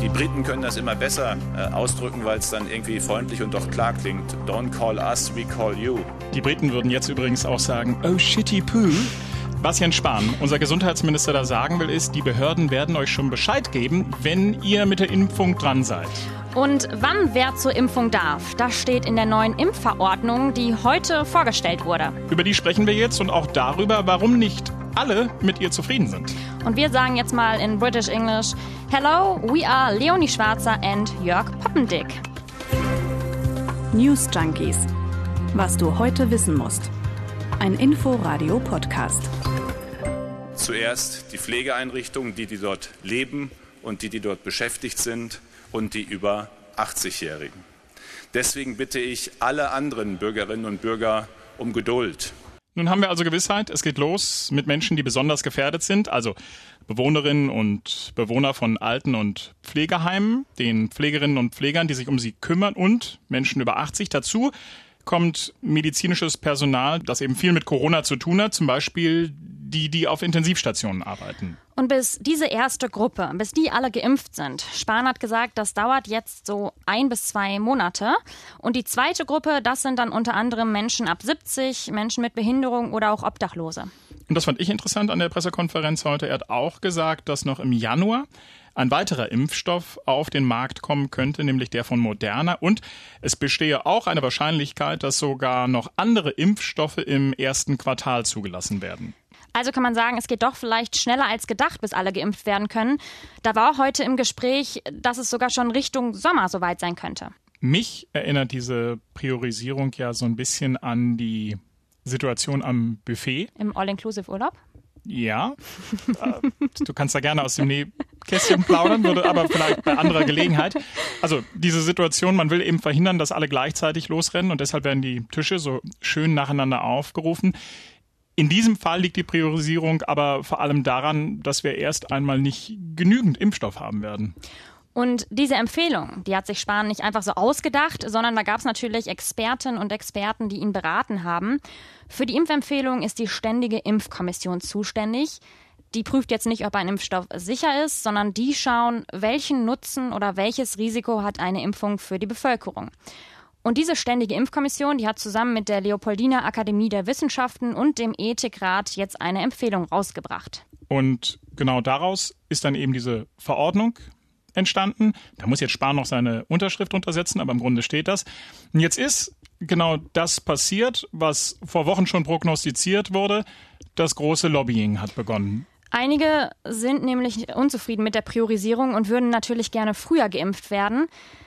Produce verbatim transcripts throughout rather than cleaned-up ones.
Briten können das immer besser äh, ausdrücken, weil es dann irgendwie freundlich und doch klar klingt. Don't call us, we call you. Die Briten würden jetzt übrigens auch sagen, oh shitty poo. Was Jens Spahn, unser Gesundheitsminister, da sagen will, ist, die Behörden werden euch schon Bescheid geben, wenn ihr mit der Impfung dran seid. Und wann wer zur Impfung darf, das steht in der neuen Impfverordnung, die heute vorgestellt wurde. Über die sprechen wir jetzt und auch darüber, warum nicht alle mit ihr zufrieden sind. Und wir sagen jetzt mal in British English, hello, we are Leonie Schwarzer and Jörg Poppendick. News Junkies. Was du heute wissen musst. Ein Info-Radio-Podcast. Zuerst die Pflegeeinrichtungen, die, die dort leben und die, die dort beschäftigt sind und die über achtzig-Jährigen. Deswegen bitte ich alle anderen Bürgerinnen und Bürger um Geduld. Nun haben wir also Gewissheit, es geht los mit Menschen, die besonders gefährdet sind, also Bewohnerinnen und Bewohner von Alten- und Pflegeheimen, den Pflegerinnen und Pflegern, die sich um sie kümmern und Menschen über achtzig. Dazu kommt medizinisches Personal, das eben viel mit Corona zu tun hat, zum Beispiel die, die auf Intensivstationen arbeiten. Und bis diese erste Gruppe, bis die alle geimpft sind, Spahn hat gesagt, das dauert jetzt so ein bis zwei Monate. Und die zweite Gruppe, das sind dann unter anderem Menschen ab siebzig, Menschen mit Behinderung oder auch Obdachlose. Und das fand ich interessant an der Pressekonferenz heute. Er hat auch gesagt, dass noch im Januar ein weiterer Impfstoff auf den Markt kommen könnte, nämlich der von Moderna. Und es bestehe auch eine Wahrscheinlichkeit, dass sogar noch andere Impfstoffe im ersten Quartal zugelassen werden. Also kann man sagen, es geht doch vielleicht schneller als gedacht, bis alle geimpft werden können. Da war heute im Gespräch, dass es sogar schon Richtung Sommer soweit sein könnte. Mich erinnert diese Priorisierung ja so ein bisschen an die Situation am Buffet. Im All-Inclusive-Urlaub? Ja, du kannst da gerne aus dem Nähkästchen plaudern, würde aber vielleicht bei anderer Gelegenheit. Also diese Situation, man will eben verhindern, dass alle gleichzeitig losrennen und deshalb werden die Tische so schön nacheinander aufgerufen. In diesem Fall liegt die Priorisierung aber vor allem daran, dass wir erst einmal nicht genügend Impfstoff haben werden. Und diese Empfehlung, die hat sich Spahn nicht einfach so ausgedacht, sondern da gab es natürlich Expertinnen und Experten, die ihn beraten haben. Für die Impfempfehlung ist die Ständige Impfkommission zuständig. Die prüft jetzt nicht, ob ein Impfstoff sicher ist, sondern die schauen, welchen Nutzen oder welches Risiko hat eine Impfung für die Bevölkerung. Und diese Ständige Impfkommission, die hat zusammen mit der Leopoldina Akademie der Wissenschaften und dem Ethikrat jetzt eine Empfehlung rausgebracht. Und genau daraus ist dann eben diese Verordnung entstanden. Da muss jetzt Spahn noch seine Unterschrift untersetzen, aber im Grunde steht das. Und jetzt ist genau das passiert, was vor Wochen schon prognostiziert wurde. Das große Lobbying hat begonnen. Einige sind nämlich unzufrieden mit der Priorisierung und würden natürlich gerne früher geimpft werden.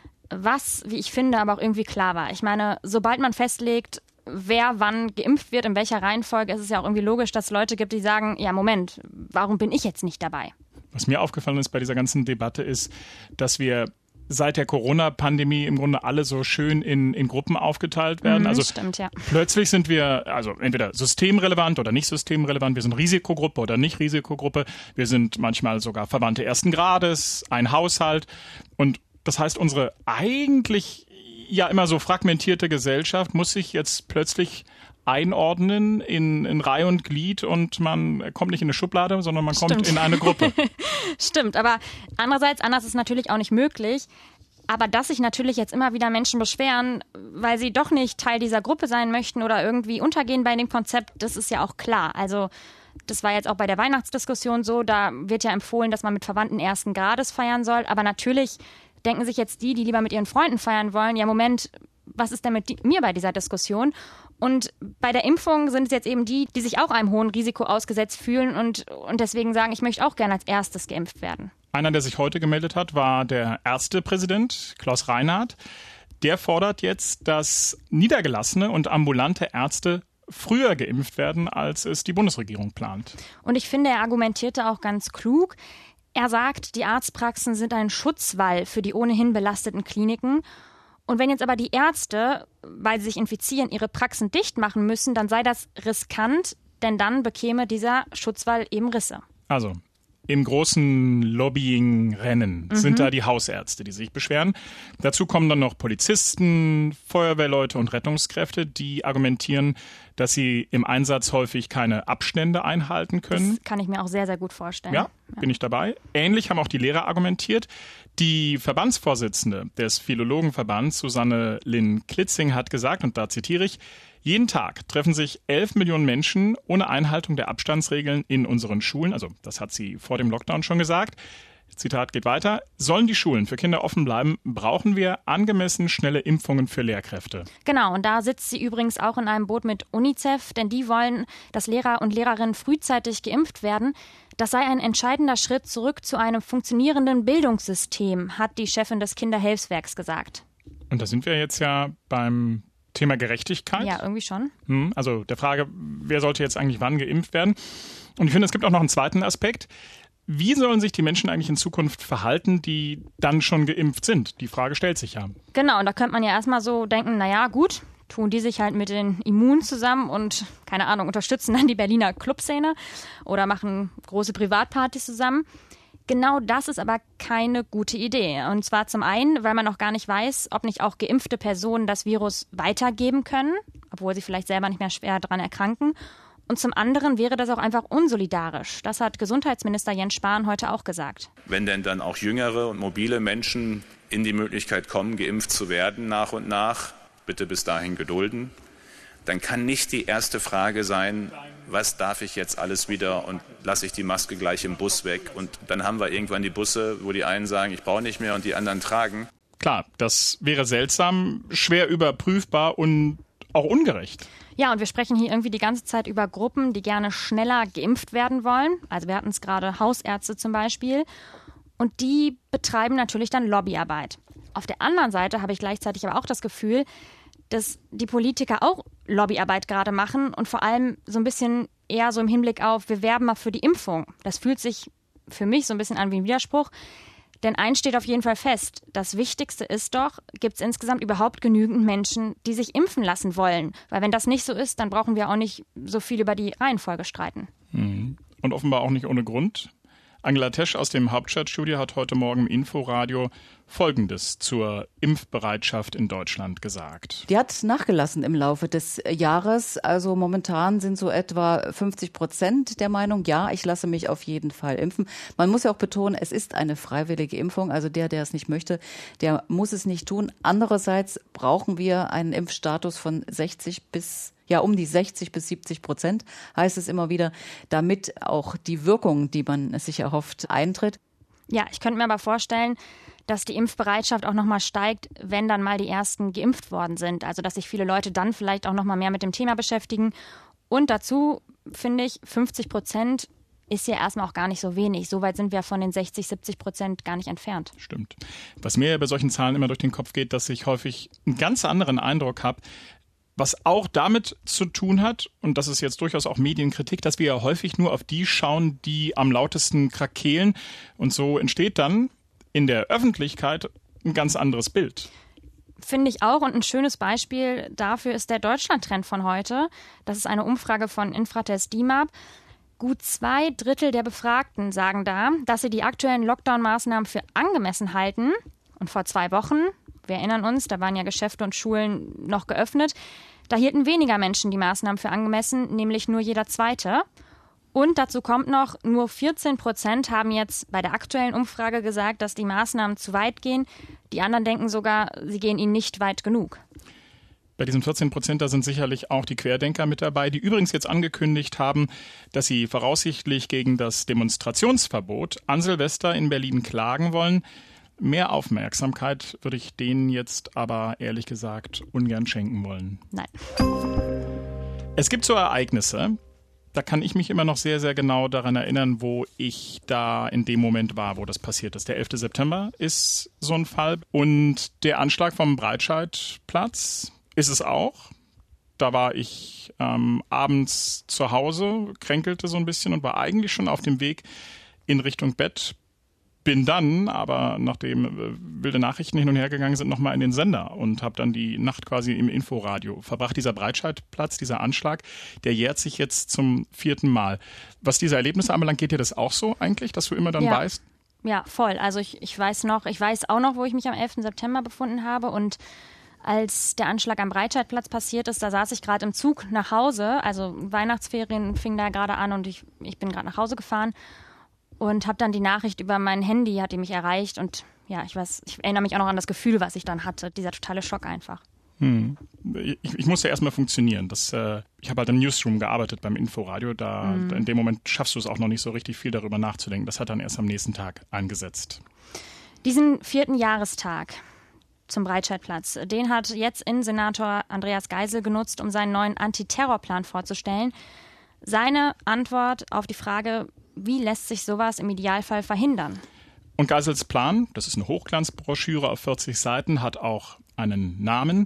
Was, wie ich finde, aber auch irgendwie klar war. Ich meine, sobald man festlegt, wer wann geimpft wird, in welcher Reihenfolge, ist es ja auch irgendwie logisch, dass es Leute gibt, die sagen, ja Moment, warum bin ich jetzt nicht dabei? Was mir aufgefallen ist bei dieser ganzen Debatte ist, dass wir seit der Corona-Pandemie im Grunde alle so schön in, in Gruppen aufgeteilt werden. Mhm, also stimmt, ja. Plötzlich sind wir also entweder systemrelevant oder nicht systemrelevant. Wir sind Risikogruppe oder nicht Risikogruppe. Wir sind manchmal sogar Verwandte ersten Grades, ein Haushalt. Und das heißt, unsere eigentlich ja immer so fragmentierte Gesellschaft muss sich jetzt plötzlich einordnen in, in Reihe und Glied und man kommt nicht in eine Schublade, sondern man Stimmt. kommt in eine Gruppe. Stimmt, aber andererseits, anders ist natürlich auch nicht möglich. Aber dass sich natürlich jetzt immer wieder Menschen beschweren, weil sie doch nicht Teil dieser Gruppe sein möchten oder irgendwie untergehen bei dem Konzept, das ist ja auch klar. Also das war jetzt auch bei der Weihnachtsdiskussion so, da wird ja empfohlen, dass man mit Verwandten ersten Grades feiern soll. Aber natürlich denken sich jetzt die, die lieber mit ihren Freunden feiern wollen, ja Moment, was ist denn mit die, mir bei dieser Diskussion? Und bei der Impfung sind es jetzt eben die, die sich auch einem hohen Risiko ausgesetzt fühlen und, und deswegen sagen, ich möchte auch gerne als erstes geimpft werden. Einer, der sich heute gemeldet hat, war der Ärztepräsident Klaus Reinhardt. Der fordert jetzt, dass niedergelassene und ambulante Ärzte früher geimpft werden, als es die Bundesregierung plant. Und ich finde, er argumentierte auch ganz klug. Er sagt, die Arztpraxen sind ein Schutzwall für die ohnehin belasteten Kliniken. Und wenn jetzt aber die Ärzte, weil sie sich infizieren, ihre Praxen dicht machen müssen, dann sei das riskant, denn dann bekäme dieser Schutzwall eben Risse. Also, Im großen Lobbying-Rennen mhm. sind da die Hausärzte, die sich beschweren. Dazu kommen dann noch Polizisten, Feuerwehrleute und Rettungskräfte, die argumentieren, dass sie im Einsatz häufig keine Abstände einhalten können. Das kann ich mir auch sehr, sehr gut vorstellen. Ja, ja. Bin ich dabei. Ähnlich haben auch die Lehrer argumentiert. Die Verbandsvorsitzende des Philologenverbands, Susanne Linn-Klitzing, hat gesagt, und da zitiere ich, jeden Tag treffen sich elf Millionen Menschen ohne Einhaltung der Abstandsregeln in unseren Schulen. Also das hat sie vor dem Lockdown schon gesagt. Zitat geht weiter. Sollen die Schulen für Kinder offen bleiben, brauchen wir angemessen schnelle Impfungen für Lehrkräfte. Genau, und da sitzt sie übrigens auch in einem Boot mit UNICEF, denn die wollen, dass Lehrer und Lehrerinnen frühzeitig geimpft werden. Das sei ein entscheidender Schritt zurück zu einem funktionierenden Bildungssystem, hat die Chefin des Kinderhilfswerks gesagt. Und da sind wir jetzt ja beim Thema Gerechtigkeit. Ja, irgendwie schon. Also der Frage, wer sollte jetzt eigentlich wann geimpft werden? Und ich finde, es gibt auch noch einen zweiten Aspekt. Wie sollen sich die Menschen eigentlich in Zukunft verhalten, die dann schon geimpft sind? Die Frage stellt sich ja. Genau, und da könnte man ja erstmal so denken, naja, gut, tun die sich halt mit den Immunen zusammen und, keine Ahnung, unterstützen dann die Berliner Clubszene oder machen große Privatpartys zusammen. Genau das ist aber keine gute Idee. Und zwar zum einen, weil man noch gar nicht weiß, ob nicht auch geimpfte Personen das Virus weitergeben können, obwohl sie vielleicht selber nicht mehr schwer daran erkranken. Und zum anderen wäre das auch einfach unsolidarisch. Das hat Gesundheitsminister Jens Spahn heute auch gesagt. Wenn denn dann auch jüngere und mobile Menschen in die Möglichkeit kommen, geimpft zu werden nach und nach, bitte bis dahin gedulden, dann kann nicht die erste Frage sein, was darf ich jetzt alles wieder und lasse ich die Maske gleich im Bus weg. Und dann haben wir irgendwann die Busse, wo die einen sagen, ich brauche nicht mehr und die anderen tragen. Klar, das wäre seltsam, schwer überprüfbar und auch ungerecht. Ja, und wir sprechen hier irgendwie die ganze Zeit über Gruppen, die gerne schneller geimpft werden wollen. Also wir hatten es gerade Hausärzte zum Beispiel. Und die betreiben natürlich dann Lobbyarbeit. Auf der anderen Seite habe ich gleichzeitig aber auch das Gefühl, dass die Politiker auch Lobbyarbeit gerade machen und vor allem so ein bisschen eher so im Hinblick auf, wir werben mal für die Impfung. Das fühlt sich für mich so ein bisschen an wie ein Widerspruch. Denn eins steht auf jeden Fall fest, das Wichtigste ist doch, gibt es insgesamt überhaupt genügend Menschen, die sich impfen lassen wollen? Weil wenn das nicht so ist, dann brauchen wir auch nicht so viel über die Reihenfolge streiten. Und offenbar auch nicht ohne Grund. Angela Tesch aus dem Hauptstadtstudio hat heute Morgen im Inforadio Folgendes zur Impfbereitschaft in Deutschland gesagt. Die hat nachgelassen im Laufe des Jahres. Also momentan sind so etwa fünfzig Prozent der Meinung, ja, ich lasse mich auf jeden Fall impfen. Man muss ja auch betonen, es ist eine freiwillige Impfung. Also der, der es nicht möchte, der muss es nicht tun. Andererseits brauchen wir einen Impfstatus von sechzig bis Ja, um die sechzig bis siebzig Prozent, heißt es immer wieder, damit auch die Wirkung, die man sich erhofft, eintritt. Ja, ich könnte mir aber vorstellen, dass die Impfbereitschaft auch nochmal steigt, wenn dann mal die Ersten geimpft worden sind. Also dass sich viele Leute dann vielleicht auch nochmal mehr mit dem Thema beschäftigen. Und dazu finde ich, fünfzig Prozent ist ja erstmal auch gar nicht so wenig. So weit sind wir von den sechzig, siebzig Prozent gar nicht entfernt. Stimmt. Was mir bei solchen Zahlen immer durch den Kopf geht, dass ich häufig einen ganz anderen Eindruck habe, was auch damit zu tun hat, und das ist jetzt durchaus auch Medienkritik, dass wir ja häufig nur auf die schauen, die am lautesten krakeelen. Und so entsteht dann in der Öffentlichkeit ein ganz anderes Bild. Finde ich auch. Und ein schönes Beispiel dafür ist der Deutschland-Trend von heute. Das ist eine Umfrage von Infratest D I M A P. Gut zwei Drittel der Befragten sagen da, dass sie die aktuellen Lockdown-Maßnahmen für angemessen halten. Und vor zwei Wochen, wir erinnern uns, da waren ja Geschäfte und Schulen noch geöffnet, da hielten weniger Menschen die Maßnahmen für angemessen, nämlich nur jeder Zweite. Und dazu kommt noch, nur vierzehn Prozent haben jetzt bei der aktuellen Umfrage gesagt, dass die Maßnahmen zu weit gehen. Die anderen denken sogar, sie gehen ihnen nicht weit genug. Bei diesen vierzehn Prozent, da sind sicherlich auch die Querdenker mit dabei, die übrigens jetzt angekündigt haben, dass sie voraussichtlich gegen das Demonstrationsverbot an Silvester in Berlin klagen wollen. Mehr Aufmerksamkeit würde ich denen jetzt aber ehrlich gesagt ungern schenken wollen. Nein. Es gibt so Ereignisse, da kann ich mich immer noch sehr, sehr genau daran erinnern, wo ich da in dem Moment war, wo das passiert ist. Der elfte September ist so ein Fall und der Anschlag vom Breitscheidplatz ist es auch. Da war ich ähm, abends zu Hause, kränkelte so ein bisschen und war eigentlich schon auf dem Weg in Richtung Bett. bin dann, aber nachdem äh, wilde Nachrichten hin und her gegangen sind, nochmal in den Sender und habe dann die Nacht quasi im Inforadio verbracht. Dieser Breitscheidplatz, dieser Anschlag, der jährt sich jetzt zum vierten Mal. Was diese Erlebnisse anbelangt, geht dir das auch so eigentlich, dass du immer dann ja. weißt? Ja, voll. Also ich, ich weiß noch, ich weiß auch noch, wo ich mich am elften September befunden habe und als der Anschlag am Breitscheidplatz passiert ist, da saß ich gerade im Zug nach Hause, also Weihnachtsferien fing da gerade an und ich, ich bin gerade nach Hause gefahren und habe dann die Nachricht über mein Handy, hat die mich erreicht und ja, ich weiß, ich erinnere mich auch noch an das Gefühl, was ich dann hatte, dieser totale Schock einfach. Hm. Ich, ich musste erstmal funktionieren. Das, äh, ich habe halt im Newsroom gearbeitet beim Inforadio, da, mhm. da in dem Moment schaffst du es auch noch nicht so richtig viel darüber nachzudenken. Das hat dann erst am nächsten Tag eingesetzt. Diesen vierten Jahrestag zum Breitscheidplatz, den hat jetzt Innensenator Andreas Geisel genutzt, um seinen neuen Antiterrorplan vorzustellen. Seine Antwort auf die Frage, wie lässt sich sowas im Idealfall verhindern? Und Geisels Plan, das ist eine Hochglanzbroschüre auf vierzig Seiten, hat auch einen Namen.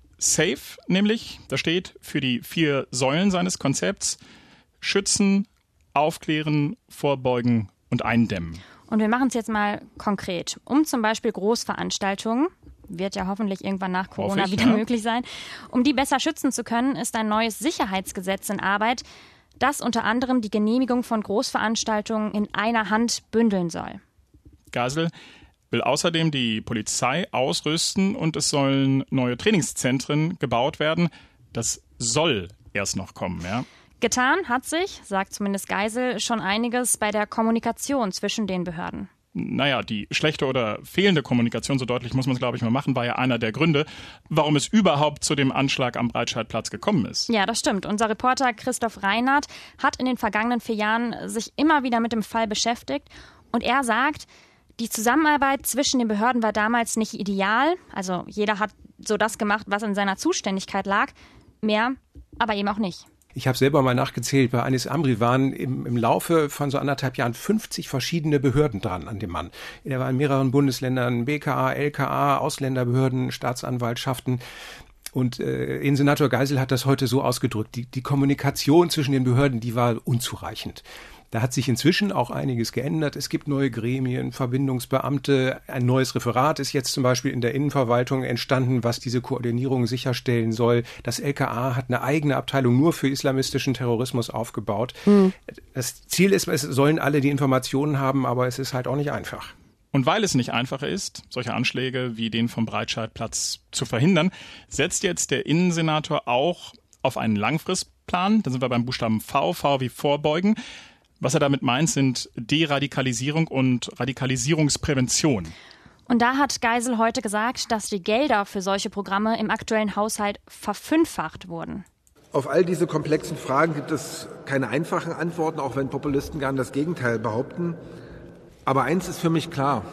SAFE nämlich, da steht für die vier Säulen seines Konzepts: Schützen, Aufklären, Vorbeugen und Eindämmen. Und wir machen es jetzt mal konkret. Um zum Beispiel Großveranstaltungen, wird ja hoffentlich irgendwann nach Corona ich, wieder ja. möglich sein, um die besser schützen zu können, ist ein neues Sicherheitsgesetz in Arbeit, das unter anderem die Genehmigung von Großveranstaltungen in einer Hand bündeln soll. Geisel will außerdem die Polizei ausrüsten und es sollen neue Trainingszentren gebaut werden. Das soll erst noch kommen, ja. Getan hat sich, sagt zumindest Geisel, schon einiges bei der Kommunikation zwischen den Behörden. Naja, die schlechte oder fehlende Kommunikation, so deutlich muss man es, glaube ich, mal machen, war ja einer der Gründe, warum es überhaupt zu dem Anschlag am Breitscheidplatz gekommen ist. Ja, das stimmt. Unser Reporter Christoph Reinhardt hat in den vergangenen vier Jahren sich immer wieder mit dem Fall beschäftigt. Und er sagt, die Zusammenarbeit zwischen den Behörden war damals nicht ideal. Also jeder hat so das gemacht, was in seiner Zuständigkeit lag. Mehr, aber eben auch nicht. Ich habe selber mal nachgezählt, bei Anis Amri waren im, im Laufe von so anderthalb Jahren fünfzig verschiedene Behörden dran an dem Mann. Er war in mehreren Bundesländern, B K A, L K A, Ausländerbehörden, Staatsanwaltschaften. Und äh, Innensenator Geisel hat das heute so ausgedrückt. Die, die Kommunikation zwischen den Behörden, die war unzureichend. Da hat sich inzwischen auch einiges geändert. Es gibt neue Gremien, Verbindungsbeamte. Ein neues Referat ist jetzt zum Beispiel in der Innenverwaltung entstanden, was diese Koordinierung sicherstellen soll. Das L K A hat eine eigene Abteilung nur für islamistischen Terrorismus aufgebaut. Mhm. Das Ziel ist, es sollen alle die Informationen haben, aber es ist halt auch nicht einfach. Und weil es nicht einfacher ist, solche Anschläge wie den vom Breitscheidplatz zu verhindern, setzt jetzt der Innensenator auch auf einen Langfristplan. Da sind wir beim Buchstaben V, V wie Vorbeugen. Was er damit meint, sind Deradikalisierung und Radikalisierungsprävention. Und da hat Geisel heute gesagt, dass die Gelder für solche Programme im aktuellen Haushalt verfünffacht wurden. Auf all diese komplexen Fragen gibt es keine einfachen Antworten, auch wenn Populisten gern das Gegenteil behaupten. Aber eins ist für mich klar.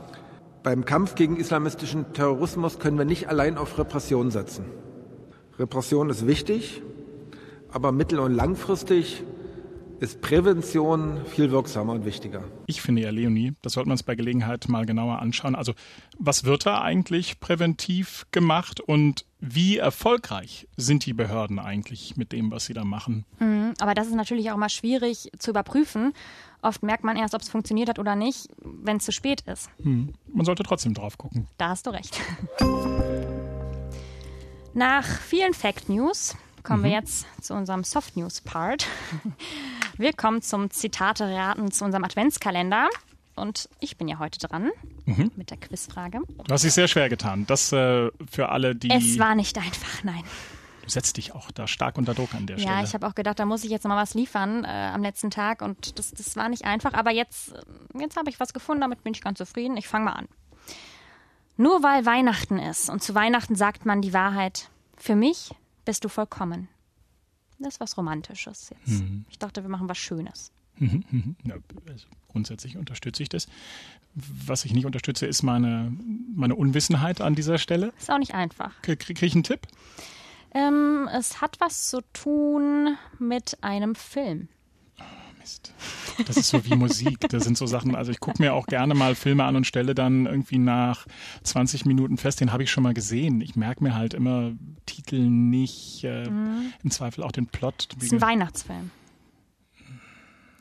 Beim Kampf gegen islamistischen Terrorismus können wir nicht allein auf Repression setzen. Repression ist wichtig, aber mittel- und langfristig ist Prävention viel wirksamer und wichtiger. Ich finde ja, Leonie, das sollten wir uns bei Gelegenheit mal genauer anschauen. Also was wird da eigentlich präventiv gemacht und wie erfolgreich sind die Behörden eigentlich mit dem, was sie da machen? Mhm, aber das ist natürlich auch mal schwierig zu überprüfen. Oft merkt man erst, ob es funktioniert hat oder nicht, wenn es zu spät ist. Hm, man sollte trotzdem drauf gucken. Da hast du recht. Nach vielen Fact News kommen mhm. wir jetzt zu unserem Soft News Part. Wir kommen zum Zitate-Raten zu unserem Adventskalender. Und ich bin ja heute dran mhm. mit der Quizfrage. Du hast dich sehr schwer getan. Das äh, für alle, die... Es war nicht einfach, nein. Du setzt dich auch da stark unter Druck an der ja, Stelle. Ja, ich habe auch gedacht, da muss ich jetzt noch mal was liefern äh, am letzten Tag. Und das, das war nicht einfach. Aber jetzt, jetzt habe ich was gefunden, damit bin ich ganz zufrieden. Ich fange mal an. Nur weil Weihnachten ist und zu Weihnachten sagt man die Wahrheit, für mich bist du vollkommen. Das ist was Romantisches jetzt. Mhm. Ich dachte, wir machen was Schönes. Mhm, mhm. Ja, also grundsätzlich unterstütze ich das. Was ich nicht unterstütze, ist meine, meine Unwissenheit an dieser Stelle. Ist auch nicht einfach. Kriege krieg ich einen Tipp? Ähm, es hat was zu tun mit einem Film. Oh, Mist. Das ist so wie Musik. Das sind so Sachen, also ich gucke mir auch gerne mal Filme an und stelle dann irgendwie nach zwanzig Minuten fest, den habe ich schon mal gesehen. Ich merke mir halt immer Titel nicht, äh, mhm. im Zweifel auch den Plot. Das ist ein Weihnachtsfilm.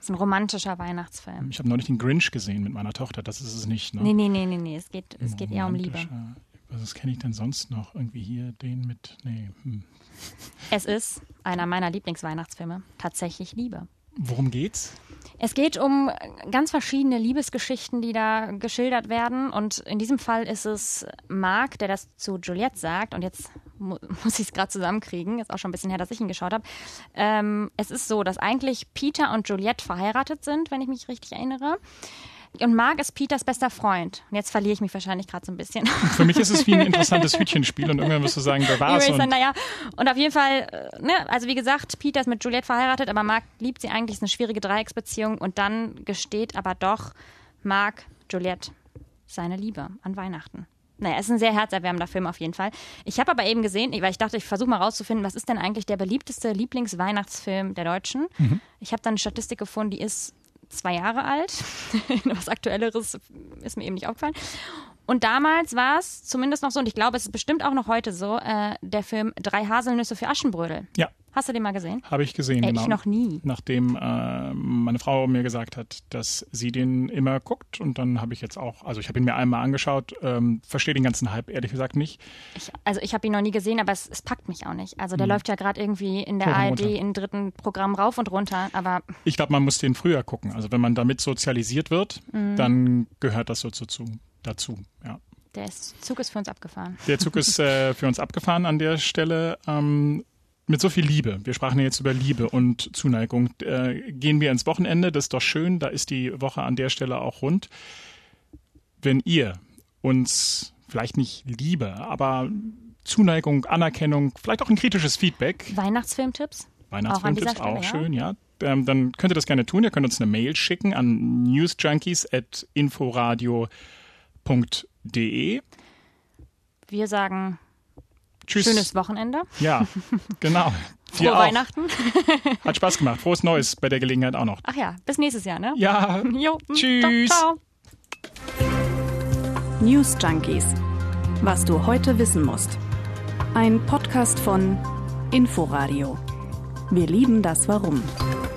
Das ist ein romantischer Weihnachtsfilm. Ich habe neulich den Grinch gesehen mit meiner Tochter, das ist es nicht, ne? Nee, nee, nee, nee, nee. Es geht, es geht eher um Liebe. Was kenne ich denn sonst noch? Irgendwie hier den mit, nee. Hm. Es ist einer meiner Lieblingsweihnachtsfilme. Tatsächlich Liebe. Worum geht's? Es geht um ganz verschiedene Liebesgeschichten, die da geschildert werden. Und in diesem Fall ist es Mark, der das zu Juliette sagt. Und jetzt mu- muss ich es gerade zusammenkriegen. Ist auch schon ein bisschen her, dass ich ihn geschaut habe. Ähm, es ist so, dass eigentlich Peter und Juliette verheiratet sind, wenn ich mich richtig erinnere. Und Mark ist Peters bester Freund. Und jetzt verliere ich mich wahrscheinlich gerade so ein bisschen. Für mich ist es wie ein interessantes Hütchenspiel und irgendwann wirst du sagen, wer war's? Und, naja, und auf jeden Fall, ne, also wie gesagt, Peter ist mit Juliette verheiratet, aber Mark liebt sie eigentlich, ist eine schwierige Dreiecksbeziehung und dann gesteht aber doch Mark Juliette seine Liebe an Weihnachten. Naja, es ist ein sehr herzerwärmender Film auf jeden Fall. Ich habe aber eben gesehen, weil ich dachte, ich versuche mal rauszufinden, was ist denn eigentlich der beliebteste Lieblingsweihnachtsfilm der Deutschen? Mhm. Ich habe dann eine Statistik gefunden, die ist zwei Jahre alt. Was Aktuelleres ist mir eben nicht aufgefallen. Und damals war es zumindest noch so, und ich glaube, es ist bestimmt auch noch heute so, äh, der Film Drei Haselnüsse für Aschenbrödel. Ja. Hast du den mal gesehen? Habe ich gesehen, Ey, genau. Ich noch nie. Nachdem äh, meine Frau mir gesagt hat, dass sie den immer guckt und dann habe ich jetzt auch, also ich habe ihn mir einmal angeschaut, ähm, verstehe den ganzen Hype ehrlich gesagt nicht. Ich, also ich habe ihn noch nie gesehen, aber es, es packt mich auch nicht. Also der mhm. läuft ja gerade irgendwie in der A R D im dritten Programm rauf und runter, aber... Ich glaube, man muss den früher gucken. Also wenn man damit sozialisiert wird, mhm. dann gehört das so zu, zu, dazu, ja. Der Zug ist für uns abgefahren. Der Zug ist äh, für uns abgefahren an der Stelle. Ähm, mit so viel Liebe. Wir sprachen ja jetzt über Liebe und Zuneigung. Äh, gehen wir ins Wochenende, das ist doch schön. Da ist die Woche an der Stelle auch rund. Wenn ihr uns vielleicht nicht Liebe, aber Zuneigung, Anerkennung, vielleicht auch ein kritisches Feedback. Weihnachtsfilmtipps? Weihnachtsfilmtipps, auch, auch schön, ja. Ähm, dann könnt ihr das gerne tun. Ihr könnt uns eine Mail schicken an newsjunkies at inforadio punkt de. Wir sagen Tschüss. Schönes Wochenende. Ja, genau. Frohe Weihnachten. Hat Spaß gemacht. Frohes Neues bei der Gelegenheit auch noch. Ach ja, bis nächstes Jahr, ne? Ja. Jo, tschüss. Ciao. News Junkies. Was du heute wissen musst. Ein Podcast von Inforadio. Wir lieben das Warum.